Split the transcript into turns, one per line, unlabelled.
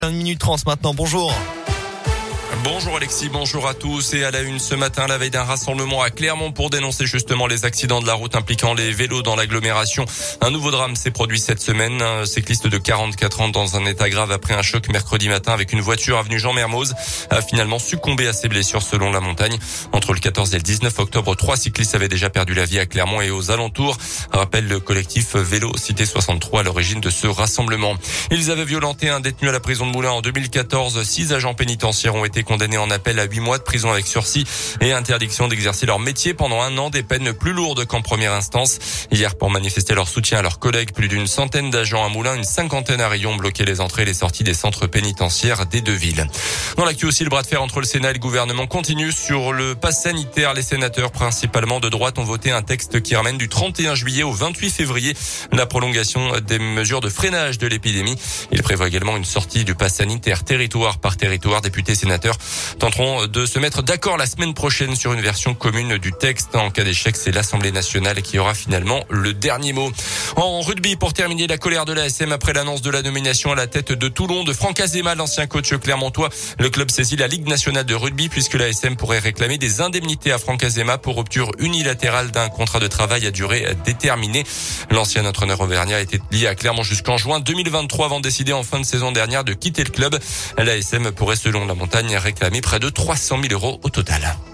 1 minute 30 maintenant, bonjour.
Bonjour Alexis, bonjour à tous. Et à la une ce matin, la veille d'un rassemblement à Clermont pour dénoncer justement les accidents de la route impliquant les vélos dans l'agglomération. Un nouveau drame s'est produit cette semaine. Un cycliste de 44 ans dans un état grave après un choc mercredi matin avec une voiture avenue Jean Mermoz a finalement succombé à ses blessures selon la montagne. Entre le 14 et le 19 octobre, 3 cyclistes avaient déjà perdu la vie à Clermont et aux alentours. Rappelle le collectif Vélo Cité 63 à l'origine de ce rassemblement. Ils avaient violenté un détenu à la prison de Moulins en 2014. 6 agents pénitentiaires ont été condamnés en appel à 8 mois de prison avec sursis et interdiction d'exercer leur métier pendant 1 an, des peines plus lourdes qu'en première instance. Hier, pour manifester leur soutien à leurs collègues, plus d'une centaine d'agents à Moulins, une cinquantaine à Rayon ont bloqué les entrées et les sorties des centres pénitentiaires des deux villes. Dans l'actu aussi, le bras de fer entre le Sénat et le gouvernement continue sur le pass sanitaire. Les sénateurs, principalement de droite, ont voté un texte qui ramène du 31 juillet au 28 février la prolongation des mesures de freinage de l'épidémie. Il prévoit également une sortie du pass sanitaire territoire par territoire. Députés, sénateurs tenteront de se mettre d'accord la semaine prochaine sur une version commune du texte. En cas d'échec, c'est l'Assemblée nationale qui aura finalement le dernier mot. En rugby, pour terminer, la colère de l'ASM après l'annonce de la nomination à la tête de Toulon de Franck Azema, l'ancien coach clermontois. Le club saisit la Ligue nationale de rugby puisque l'ASM pourrait réclamer des indemnités à Franck Azema pour rupture unilatérale d'un contrat de travail à durée déterminée. L'ancien entraîneur auvergnat a été lié à Clermont jusqu'en juin 2023 avant de décider en fin de saison dernière de quitter le club. L'ASM pourrait, selon la montagne, réclamer près de 300 000 € au total.